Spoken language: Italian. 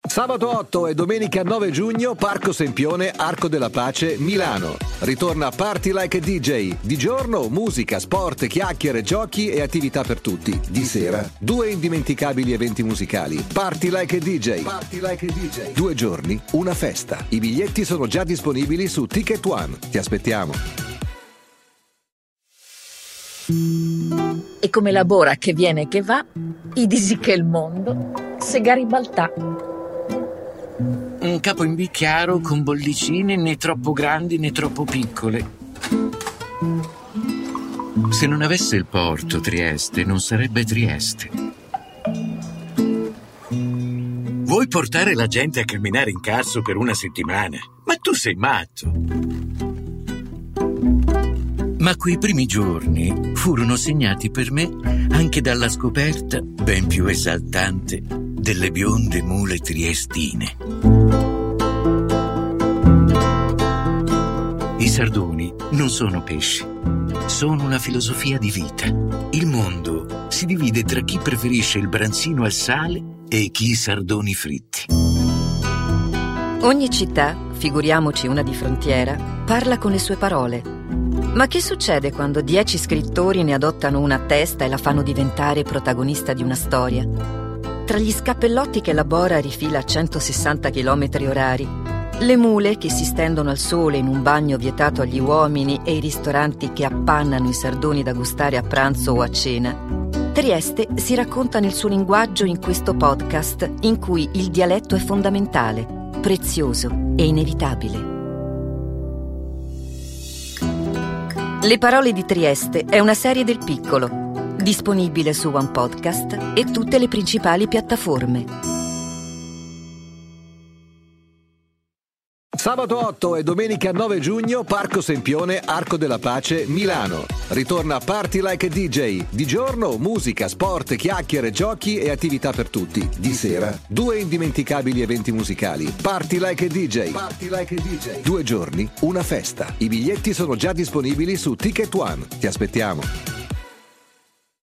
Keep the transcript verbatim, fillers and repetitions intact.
Sabato otto e domenica nove giugno, Parco Sempione, Arco della Pace, Milano. Ritorna Party Like a D J. Di giorno, musica, sport, chiacchiere, giochi e attività per tutti. Di sera, due indimenticabili eventi musicali. Party Like a D J. Party Like a D J. Due giorni, una festa. I biglietti sono già disponibili su Ticket One. Ti aspettiamo. E come lavora che viene e che va, i disi che il mondo se Garibaltà. Un capo in B chiaro con bollicine né troppo grandi né troppo piccole. Se non avesse il porto Trieste, non sarebbe Trieste. Vuoi portare la gente a camminare in carso per una settimana? Ma tu sei matto! Ma quei primi giorni furono segnati per me anche dalla scoperta, ben più esaltante, delle bionde mule triestine. I sardoni non sono pesci, sono una filosofia di vita. Il mondo si divide tra chi preferisce il branzino al sale e chi i sardoni fritti. Ogni città, figuriamoci una di frontiera, parla con le sue parole. Ma che succede quando dieci scrittori ne adottano una a testa e la fanno diventare protagonista di una storia? Tra gli scappellotti che Labora rifila a centosessanta chilometri orari, le mule che si stendono al sole in un bagno vietato agli uomini e i ristoranti che appannano i sardoni da gustare a pranzo o a cena, Trieste si racconta nel suo linguaggio in questo podcast in cui il dialetto è fondamentale, prezioso e inevitabile. Le parole di Trieste è una serie del Piccolo, disponibile su One Podcast e tutte le principali piattaforme. Sabato otto e domenica nove giugno, Parco Sempione, Arco della Pace, Milano. Ritorna Party Like a D J. Di giorno, musica, sport, chiacchiere, giochi e attività per tutti. Di sera, due indimenticabili eventi musicali. Party Like a D J. Party Like a D J. Due giorni, una festa. I biglietti sono già disponibili su Ticket One. Ti aspettiamo.